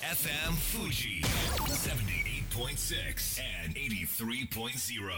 FM Fuji 78.6 and 83.0.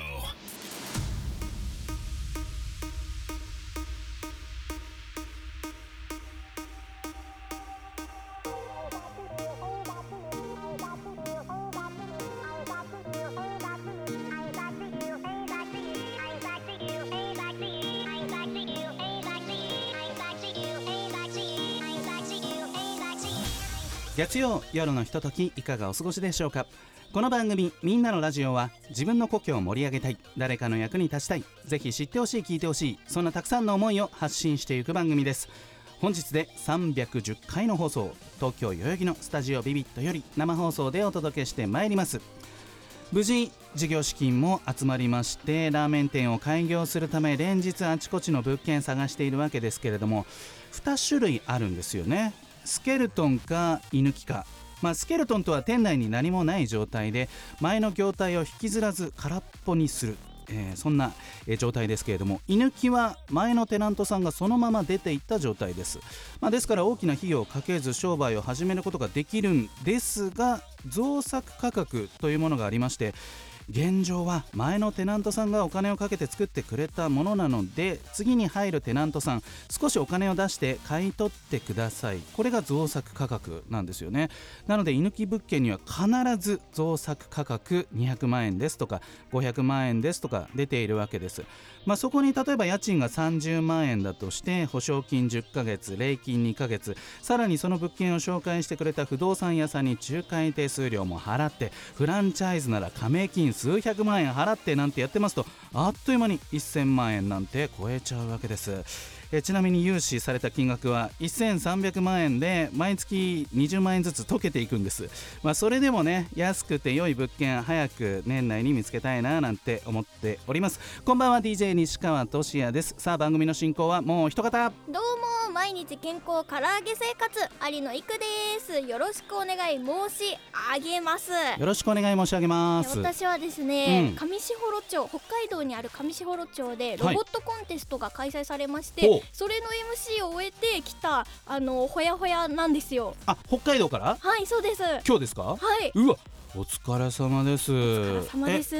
月曜夜のひとときいかがお過ごしでしょうか。この番組みんなのラジオは自分の故郷を盛り上げたい、誰かの役に立ちたい、ぜひ知ってほしい聞いてほしい、そんなたくさんの思いを発信していく番組です。本日で310回の放送、東京代々木のスタジオビビットより生放送でお届けしてまいります。無事事業資金も集まりまして、ラーメン店を開業するため連日あちこちの物件探しているわけですけれども、2種類あるんですよね。スケルトンか居抜きか。スケルトンとは店内に何もない状態で前の業態を引きずらず空っぽにする、そんな状態ですけれども、居抜きは前のテナントさんがそのまま出ていった状態です。ですから大きな費用をかけず商売を始めることができるんですが、造作価格というものがありまして、現状は前のテナントさんがお金をかけて作ってくれたものなので、次に入るテナントさん少しお金を出して買い取ってください。これが造作価格なんですよね。なので居抜き物件には必ず造作価格200万円ですとか500万円ですとか出ているわけです。そこに例えば家賃が30万円だとして、保証金10ヶ月、礼金2ヶ月、さらにその物件を紹介してくれた不動産屋さんに仲介手数料も払って、フランチャイズなら加盟金数百万円払ってなんてやってますと、あっという間に1000万円なんて超えちゃうわけです。ちなみに融資された金額は1300万円で毎月20万円ずつ溶けていくんです。それでもね、安くて良い物件早く年内に見つけたいななんて思っております。こんばんは、 DJ 西川俊也です。さあ、番組の進行はもう一方。 どうも、毎日健康唐揚げ生活有野いくです。よろしくお願い申し上げます。 よろしくお願い申し上げます。 私はですね、上士幌町、北海道にある上士幌町でロボットコンテストが開催されまして、それの MC を終えてきたほやほやなんですよ。 北海道から。 はい、そうです。 今日ですか。 はい。 うわ、お疲れ様です。 お疲れ様です。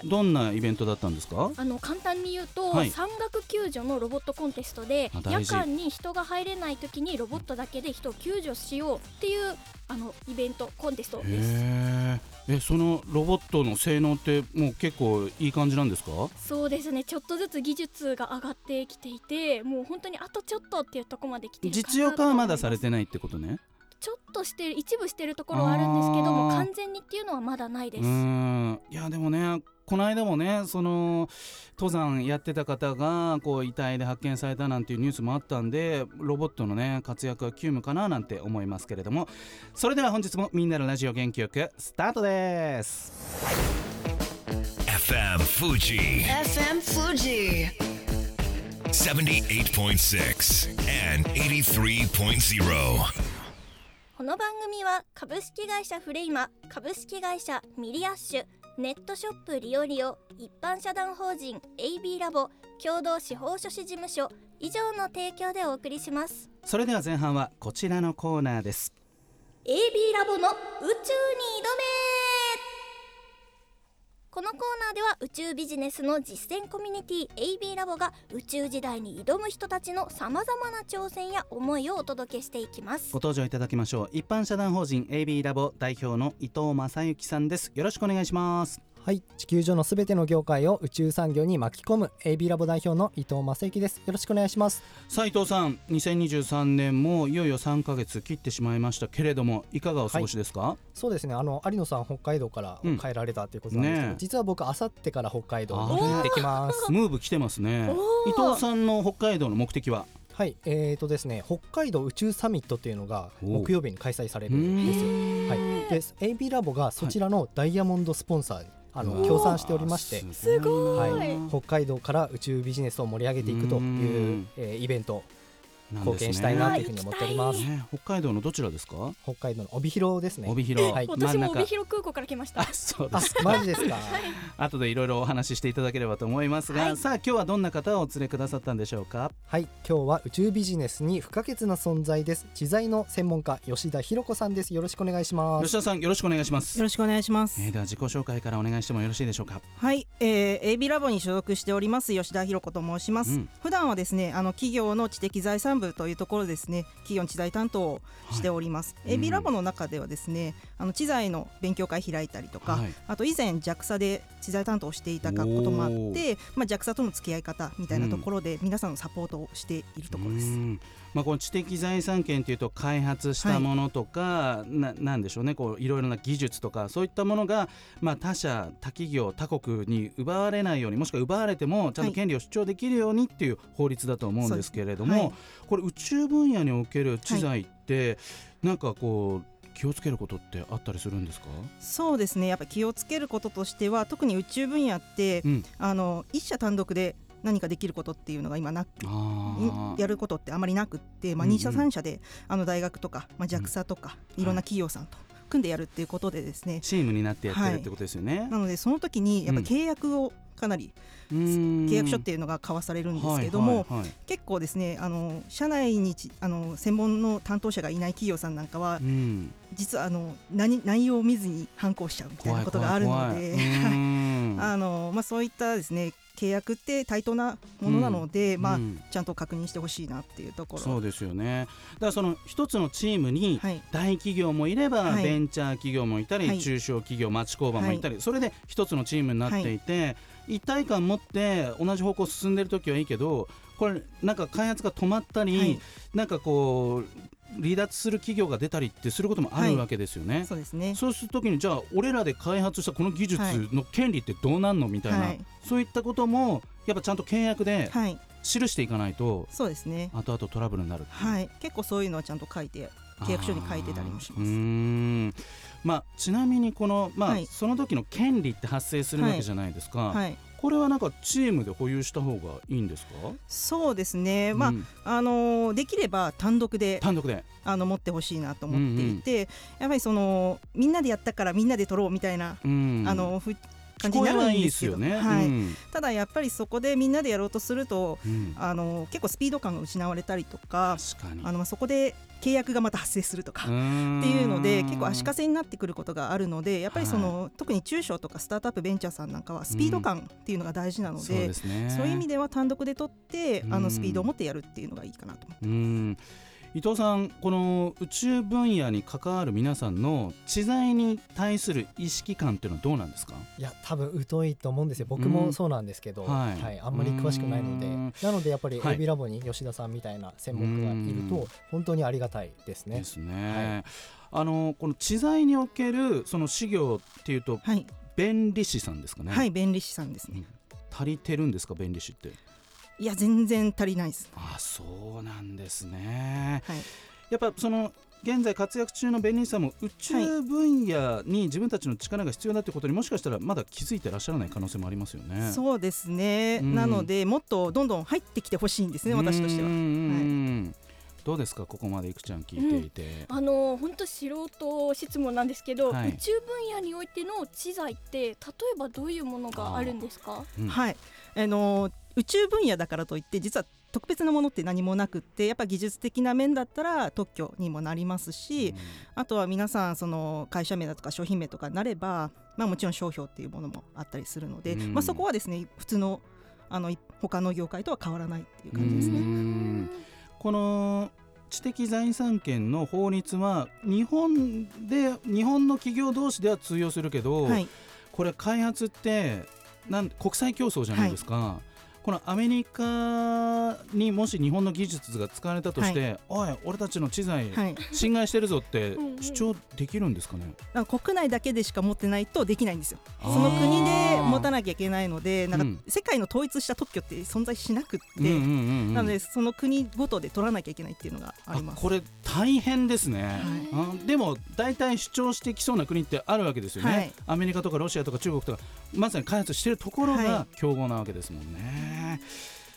どんなイベントだったんですか。 簡単に言うと、山岳救助のロボットコンテストで、夜間に人が入れない時にロボットだけで人を救助しようっていうイベントコンテストです。 そのロボットの性能ってもう結構いい感じなんですか。 そうですね、ちょっとずつ技術が上がってきていて、もう本当にあとちょっとっていうところまで来てるかなと。 実用化はまだされてないってことね。 ちょっとしてる、一部してるところはあるんですけども、完全にっていうのはまだないです。 いやでもね、この間もね、その登山やってた方が遺体で発見されたなんていうニュースもあったんで、ロボットのね活躍は急務かななんて思いますけれども、それでは本日もみんなのラジオ元気よくスタートです。 FM Fuji 78.6 and 83.0。 この番組は株式会社フレイマ、株式会社ミリアッシュ、ネットショップリオリオ、一般社団法人 AB ラボ、共同司法書士事務所以上の提供でお送りします。 それでは前半はこちらのコーナーです。 AB ラボの宇宙に挑め。このコーナーでは宇宙ビジネスの実践コミュニティ AB ラボが宇宙時代に挑む人たちのさまざまな挑戦や思いをお届けしていきます。 ご登場いただきましょう。一般社団法人 AB ラボ代表の伊藤正幸さんです。よろしくお願いします。 はい、地球上のすべての業界を宇宙産業に巻き込む AB ラボ代表の伊藤正幸です。よろしくお願いします。 伊藤さん、2023年もいよいよ3ヶ月切ってしまいましたけれども、いかがお過ごしですか。 そうですね、有野さん北海道から帰られたということなんですけど、実は僕あさってから北海道に行ってきます。 ムーブ来てますね。伊藤さんの北海道の目的は。 はい、ですね、北海道宇宙サミットっていうのが木曜日に開催されるんですよ。はい、で AB ラボがそちらのダイヤモンドスポンサー協賛しておりまして、 すごい、 北海道から宇宙ビジネスを盛り上げていくという、イベント貢献したいなというふうに思っております。 北海道のどちらですか？ 北海道の帯広ですね。 帯広、 はい、 私も帯広空港から来ました。 あ、そうですか。 マジですか。 後でいろいろお話ししていただければと思いますが、さあ今日はどんな方をお連れくださったんでしょうか？ はい、今日は宇宙ビジネスに不可欠な存在です。知財の専門家吉田博子さんです。よろしくお願いします。 吉田さん、よろしくお願いします。 よろしくお願いします。 では自己紹介からお願いしてもよろしいでしょうか？ はい、AB ラボに所属しております吉田博子と申します。普段はですね、企業の知的財産部というところですね、企業の知財担当をしております。AB ラボの中ではですね、知財の勉強会開いたりとか、あと以前 JAXA で知財担当をしていたこともあって、JAXA との付き合い方みたいなところで皆さんのサポートをしているところです。 この知的財産権というと開発したものとか、なんでしょうね、こういろいろな技術とかそういったものが、他社他企業他国に奪われないように、もしくは奪われてもちゃんと権利を主張できるようにっていう法律だと思うんですけれども、これ宇宙分野における知財って、なんかこう気をつけることってあったりするんですか？ そうですね、やっぱり気をつけることとしては、特に宇宙分野って、一社単独で何かできることっていうのが今やることってあまりなくって、2社3社で大学とか、JAXA とかいろんな企業さんと組んでやるっていうことでですね、 チームになってやってるってことですよね。 なのでその時にやっぱり契約をかなり契約書っていうのが交わされるんですけども、結構ですね、社内に専門の担当者がいない企業さんなんかは、実は内容を見ずに反抗しちゃうみたいなことがあるのでそういったですね契約って対等なものなので、ちゃんと確認してほしいなっていうところ。 そうですよね。だからその一つのチームに大企業もいれば、ベンチャー企業もいたり、中小企業町工場もいたり、それで一つのチームになっていて、一体感持って同じ方向進んでる時はいいけど、これなんか開発が止まったり、なんかこう離脱する企業が出たりってすることもあるわけですよね。 そうですね。 そうするときに、じゃあ俺らで開発したこの技術の権利ってどうなんのみたいな、そういったこともやっぱちゃんと契約で記していかないと、 そうですね、 後々トラブルになる。 結構そういうのはちゃんと書いて契約書に書いてたりもします。 ちなみにこの、その時の権利って発生するわけじゃないですか。これはなんかチームで保有した方がいいんですか？ そうですね、できれば単独で持ってほしいなと思っていて、やっぱりみんなでやったからみんなで取ろうみたいな、感じになるんですけど、ただやっぱりそこでみんなでやろうとすると、結構スピード感が失われたりとか、そこで契約がまた発生するとかっていうので、結構足かせになってくることがあるので、やっぱり特に中小とかスタートアップベンチャーさんなんかはスピード感っていうのが大事なので、そういう意味では単独で取ってスピードを持ってやるっていうのがいいかなと思ってます。 伊藤さん、この宇宙分野に関わる皆さんの知財に対する意識感っていうのはどうなんですか？ いや、多分疎いと思うんですよ。僕もそうなんですけど、あんまり詳しくないので、なのでやっぱり AB ラボに吉田さんみたいな専門家がいると本当にありがたいですね。 この知財におけるその事業っていうと、弁理士さんですかね？ はい、弁理士さんですね。 足りてるんですか、弁理士って？ いや、全然足りないです。 そうなんですね。やっぱ現在活躍中の弁理士さんも宇宙分野に自分たちの力が必要だということにもしかしたらまだ気づいてらっしゃらない可能性もありますよね。 そうですね、なのでもっとどんどん入ってきてほしいんですね、私としては。 どうですか、ここまでいくちゃん聞いていて。 本当素人質問なんですけど、宇宙分野においての知財って例えばどういうものがあるんですか？ 宇宙分野だからといって実は特別なものって何もなくって、やっぱ技術的な面だったら特許にもなりますし、あとは皆さん会社名だとか商品名とかになれば、もちろん商標っていうものもあったりするので、そこはですね普通の他の業界とは変わらないっていう感じですね。 この知的財産権の法律は日本の企業同士では通用するけど、これ開発って国際競争じゃないですか。このアメリカにもし日本の技術が使われたとして、おい俺たちの知財侵害してるぞって主張できるんですかね？ 国内だけでしか持ってないとできないんですよ。その国で持たなきゃいけないので、世界の統一した特許って存在しなくって、なのでその国ごとで取らなきゃいけないっていうのがあります。 これ大変ですね。でも大体主張してきそうな国ってあるわけですよね。アメリカとかロシアとか中国とかまさに開発してるところが競合なわけですもんね。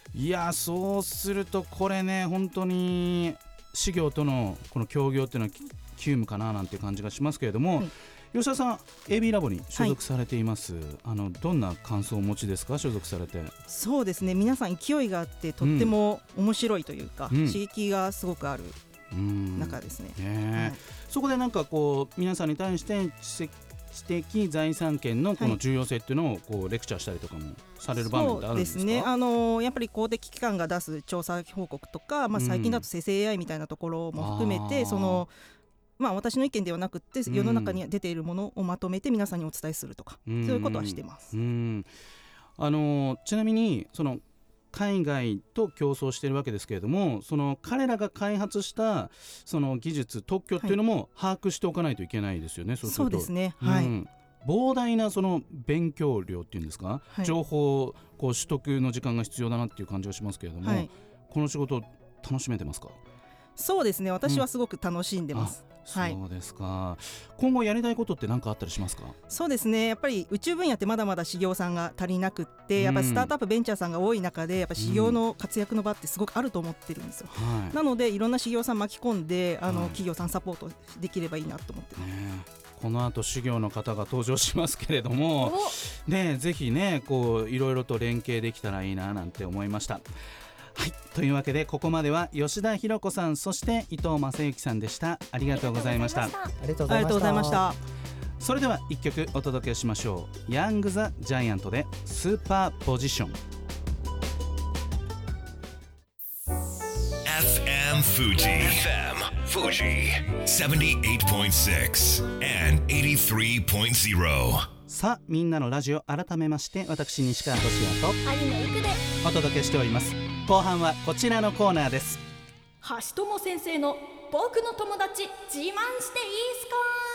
いやそうするとこれね本当に事業とのこの協業っていうのは急務かななんていう感じがしますけれども、吉田さん AB ラボに所属されています、どんな感想をお持ちですか、所属されて。 そうですね、皆さん勢いがあってとっても面白いというか、刺激がすごくある中ですね。 そこでなんかこう皆さんに対して知的財産権のこの重要性っていうのをこうレクチャーしたりとかもされる場面ってあるんですか？ そうですね、やっぱり公的機関が出す調査報告とか、最近だと生成 AI みたいなところも含めて、私の意見ではなくって世の中に出ているものをまとめて皆さんにお伝えするとか、そういうことはしてます。 ちなみにその海外と競争しているわけですけれども、その彼らが開発したその技術特許っていうのも把握しておかないといけないですよね。 そうですね、 膨大なその勉強量っていうんですか、情報をこう取得の時間が必要だなっていう感じがしますけれども、この仕事楽しめてますか？ そうですね、私はすごく楽しんでます。 そうですか。今後やりたいことって何かあったりしますか？ そうですね、やっぱり宇宙分野ってまだまだ修行さんが足りなくって、やっぱりスタートアップベンチャーさんが多い中でやっぱ修行の活躍の場ってすごくあると思ってるんですよ、なのでいろんな修行さん巻き込んで企業さんサポートできればいいなと思ってます、 この後修行の方が登場しますけれども、ぜひねこういろいろと連携できたらいいななんて思いました。はい、というわけでここまでは吉田ひろ子さん、そして伊藤正幸さんでした。ありがとうございました。 ありがとうございました。 それでは1曲お届けしましょう。ヤングザジャイアントでスーパーポジション。 FM Fuji Fuji 78.6 and 83.0。 さあみんなのラジオ、改めまして私西川俊也と有野育でお届けしております。後半はこちらのコーナーです。 橋友先生の僕の友達自慢していいすか、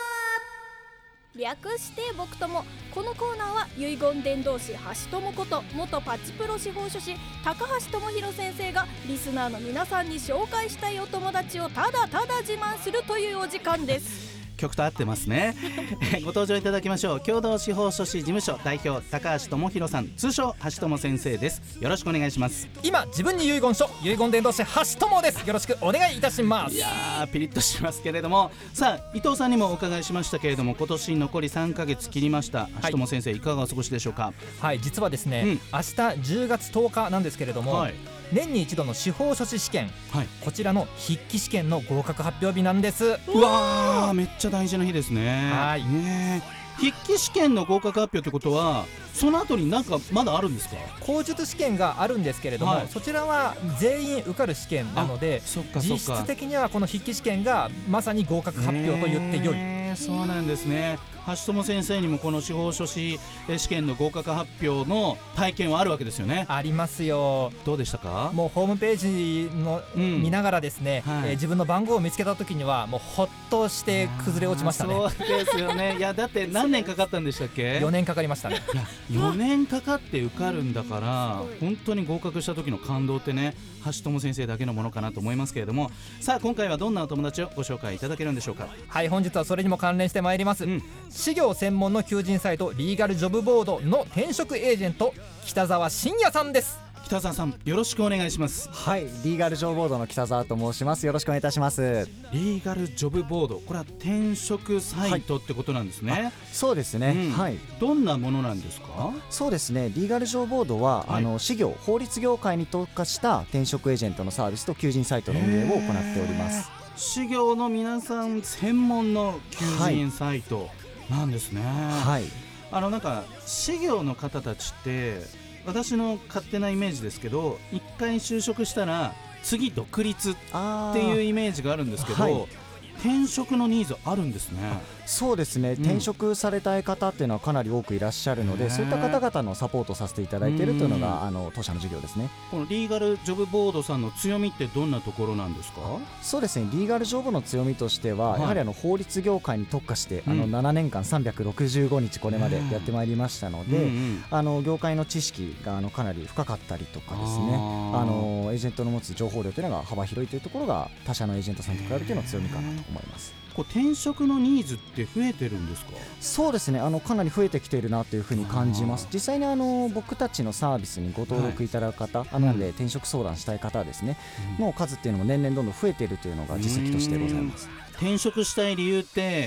略して僕友。このコーナーは遺言伝道師橋友こと元パチプロ司法書士高橋智博先生がリスナーの皆さんに紹介したいお友達をただただ自慢するというお時間です。 曲と合ってますねご登場いただきましょう。共同司法書士事務所代表高橋智博さん、通称橋友先生です。よろしくお願いします。 今自分に遺言書遺言伝道師橋友です。よろしくお願いいたします。 いやーピリッとしますけれども、さあ伊藤さんにもお伺いしましたけれども、今年残り3ヶ月切りました。橋友先生、いかがお過ごしでしょうか？ はい、実はですね、明日10月10日なんですけれども、年に一度の司法書士試験、こちらの筆記試験の合格発表日なんです。 うわーめっちゃ大事な日ですね。筆記試験の合格発表ということはその後になんかまだあるんですか？ 口述試験があるんですけれども、そちらは全員受かる試験なので、実質的にはこの筆記試験がまさに合格発表と言ってよい。 そうなんですね。橋友先生にもこの司法書士試験の合格発表の体験はあるわけですよね？ ありますよ。 どうでしたか？ もうホームページの、見ながらですね、自分の番号を見つけた時にはもうほっとして崩れ落ちましたね。 そうですよね。いやだって何年かかったんでしたっけ ？4年かかりましたね。 いや4年かかって受かるんだから、本当に合格した時の感動ってね、橋友先生だけのものかなと思いますけれども、さあ今回はどんなお友達をご紹介いただけるんでしょうか？ はい、本日はそれにも関連してまいります、事業専門の求人サイトリーガルジョブボードの転職エージェント北澤信也さんです。 北澤さん、よろしくお願いします。 はい、リーガルジョブボードの北澤と申します。よろしくお願いいたします。 リーガルジョブボード、これは転職サイトってことなんですね？ そうですね、 どんなものなんですか？ そうですね、リーガルジョブボードは、事業法律業界に特化した転職エージェントのサービスと求人サイトの運営を行っております。 事業の皆さん専門の求人サイトなんですね。なんか事業の方たちって私の勝手なイメージですけど、一回就職したら次独立っていうイメージがあるんですけど、転職のニーズあるんですね。 そうですね、転職されたい方っていうのはかなり多くいらっしゃるので、そういった方々のサポートさせていただいているというのが当社の事業ですね。 このリーガルジョブボードさんの強みってどんなところなんですか？ そうですね、リーガルジョブの強みとしては、やはり法律業界に特化して、7年間365日これまでやってまいりましたので、業界の知識がかなり深かったりとかですね、エージェントの持つ情報量というのが幅広いというところが他社のエージェントさんと比べての強みかなと思います。 こう転職のニーズって増えてるんですか？ そうですね、かなり増えてきているなというふうに感じます。実際に僕たちのサービスにご登録いただく方、なので転職相談したい方ですね、の数っていうのも年々どんどん増えているというのが実績としてございます。 転職したい理由って、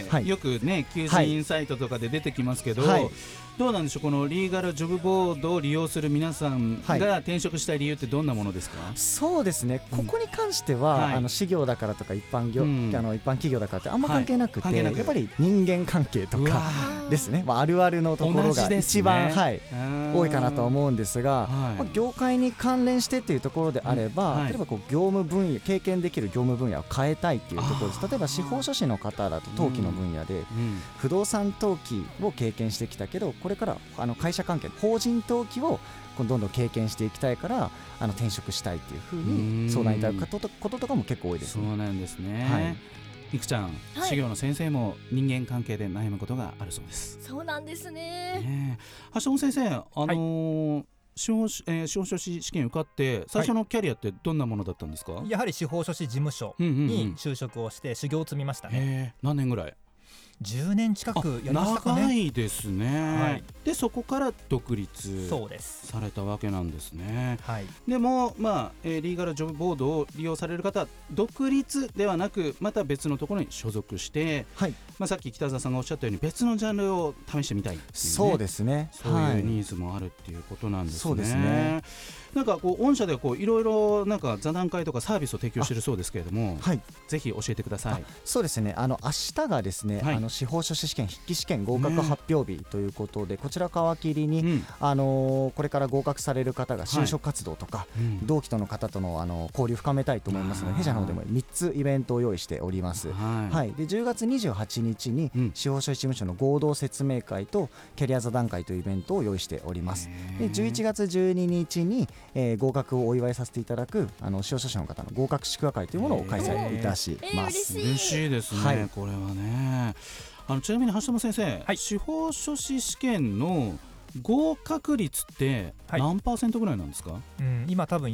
よくね求人サイトとかで出てきますけど、どうなんでしょう、このリーガルジョブボードを利用する皆さんが転職したい理由ってどんなものですか？ そうですね、ここに関しては、私業だからとか一般企業だからってあんま関係なくて、やっぱり人間関係とかですね、あるあるのところが一番、多いかなとは思うんですが、業界に関連してっていうところであれば、例えばこう業務分野、経験できる業務分野を変えたいっていうところです。例えば司法書士の方だと登記の分野で、不動産登記を経験してきたけど、これから会社関係法人登記をどんどん経験していきたいから転職したいっていうふうに相談いただくこととかも結構多いですね。 そうなんですね。いくちゃん、修行の先生も人間関係で悩むことがあるそうです。 そうなんですね。 橋本先生、司法書士試験受かって最初のキャリアってどんなものだったんですか？ やはり司法書士事務所に就職をして修行を積みましたね。 何年ぐらい ？10年近くやりましたかね。 長いですね、でそこから独立されたわけなんですね。でも、リーガルジョブボードを利用される方、独立ではなくまた別のところに所属して、さっき北澤さんがおっしゃったように別のジャンルを試してみたいっていう、 そうですね、 そういうニーズもあるっていうことなんですね。そうですね。なんかこう御社でいろいろなんか座談会とかサービスを提供しているそうですけれども、ぜひ教えてください。 そうですね、明日がですね、司法書士試験筆記試験合格発表日ということで、こちら皮切りに、これから合格される方が就職活動とか、同期との方との交流を深めたいと思いますので、弊社の方でも3つイベントを用意しております。で10月28日に司法書士事務所の合同説明会とキャリア座談会というイベントを用意しております。で11月12日に、合格をお祝いさせていただく司法書士の方の合格祝賀会というものを開催いたします。 嬉しいですね、これはね。ちなみに橋本先生、司法書士試験の合格率って何%ぐらいなんですか？ 今多分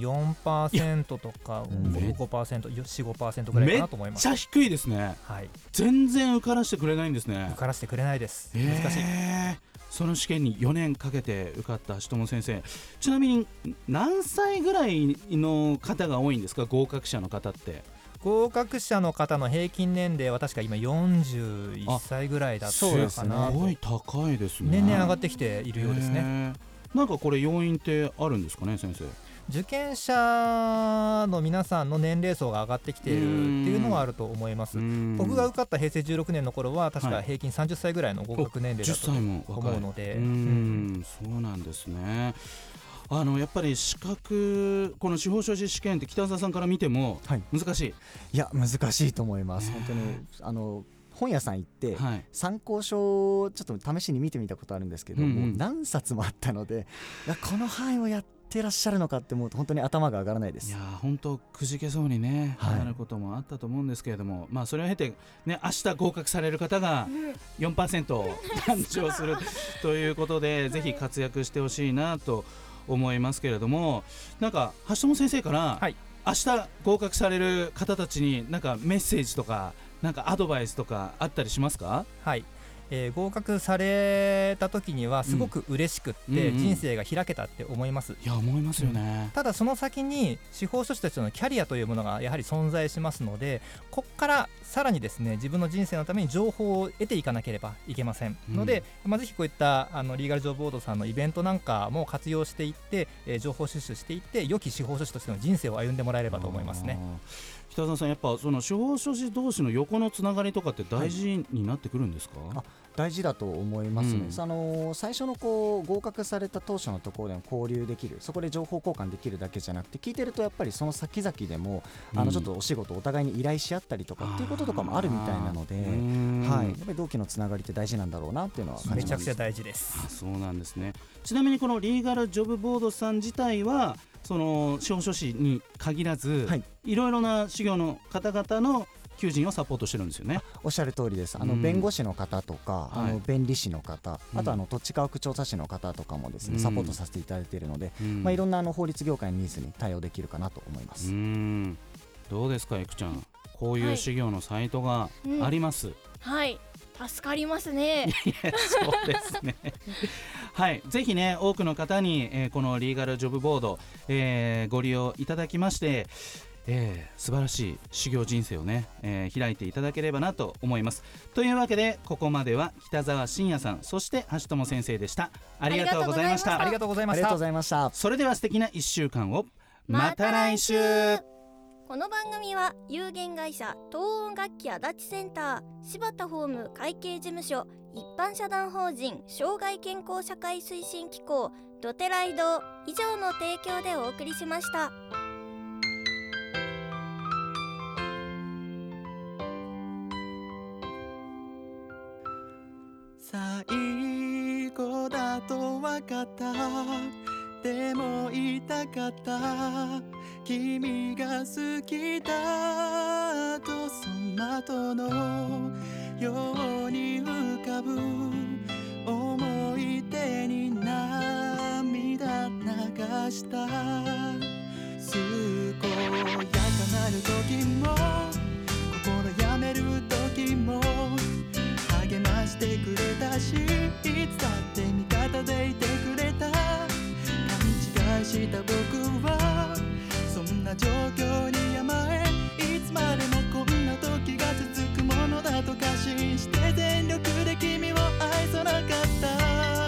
4% とか 5%、4-5% ぐらいかなと思います。 めっちゃ低いですね。全然受からしてくれないんですね。 受からしてくれないです。難しい。 その試験に4年かけて受かった橋本先生、ちなみに何歳ぐらいの方が多いんですか？合格者の方って。 合格者の方の平均年齢は確か今41歳ぐらいだったかな。 すごい高いですね。 年々上がってきているようですね。 なんかこれ要因ってあるんですかね、先生？ 受験者の皆さんの年齢層が上がってきているっていうのはあると思います。僕が受かった平成16年の頃は確か平均30歳ぐらいの合格年齢だと思うので、 そうなんですね。やっぱり資格、この司法書士試験って北澤さんから見ても難しい？ いや難しいと思います。本当に本屋さん行って、参考書をちょっと試しに見てみたことあるんですけど、もう何冊もあったので、この範囲をやってらっしゃるのかって思うと本当に頭が上がらないです。 いや本当くじけそうにね、なることもあったと思うんですけれども、それを経て、明日合格される方が 4% 誕生するということで、ぜひ活躍してほしいなと思いますけれども、なんか橋本先生から、明日合格される方たちになんかメッセージとかなんかアドバイスとかあったりしますか？ 合格された時にはすごく嬉しくって人生が開けたって思います。 いや思いますよね。 ただその先に司法書士たちのキャリアというものがやはり存在しますので、ここからさらにですね自分の人生のために情報を得ていかなければいけませんので、ぜひこういったリーガルジョブボードさんのイベントなんかも活用していって、情報収集していって良き司法書士としての人生を歩んでもらえればと思いますね。 北澤さん、やっぱその司法書士同士の横のつながりとかって大事になってくるんですか？ 大事だと思いますね。最初の合格された当初のところでも交流できる、そこで情報交換できるだけじゃなくて、聞いてるとやっぱりその先々でもちょっとお仕事お互いに依頼し合ったりとかっていうこととかもあるみたいなので、やっぱり同期のつながりって大事なんだろうなっていうのは感じます。 めちゃくちゃ大事です。 そうなんですね。ちなみにこのリーガルジョブボードさん自体はその司法書士に限らず、いろいろな修行の方々の求人をサポートしてるんですよね。 おっしゃる通りです。弁護士の方とか、弁理士の方、あと土地価格調査士の方とかもですね、サポートさせていただいているので、いろんな法律業界のニーズに対応できるかなと思います。 どうですか、エクちゃん。 こういう修行のサイトがあります。 はい、助かりますね。 そうですね。はい、ぜひね多くの方に、このリーガルジョブボード、ご利用いただきまして、素晴らしい修行人生をね、開いていただければなと思います。というわけでここまでは北澤信也さん、そして橋友先生でした。ありがとうございました。 ありがとうございました。 それでは素敵な1週間を。また来週。 この番組は有限会社東音楽器足立センター、柴田法務会計事務所、一般社団法人障害健康社会推進機構ドテライド以上の提供でお送りしました。 最後だと分かった、でも言いたかった、君が好きだとその後のように浮かぶ思い出に涙流した。健やかなる時も心やめる時も励ましてくれたし、いつだって味方でいてくれた。勘違いした僕はそんな状況に甘え、いつまでもこんな時が続くものだと過信して全力で君を愛さなかった。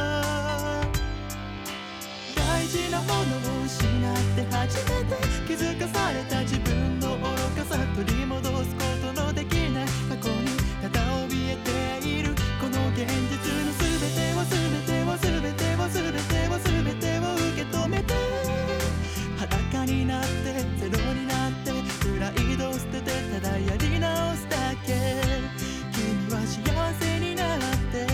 大事なものを失って初めて気づかされた自分の愚かさ、取り戻すことのできない過去にただ怯えているこの現実の全てを全てを全てを全てを全てを受け止めて、裸になってゼロになってプライドを捨ててただやり直すだけ。君は幸せになって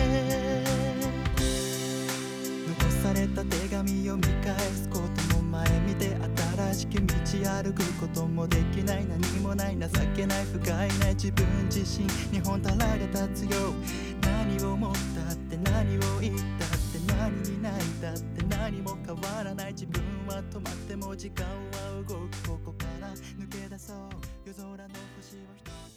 残された手紙を見返すことも前見て、新しく道歩くこともできない、何もない情けない不甲斐ない自分自身にほんたらが立つよ。何を思ったって何を言ったって何に泣いたって何も変わらない自分は止まっても時間は動く、ここから抜け出そう。夜空の星を一つ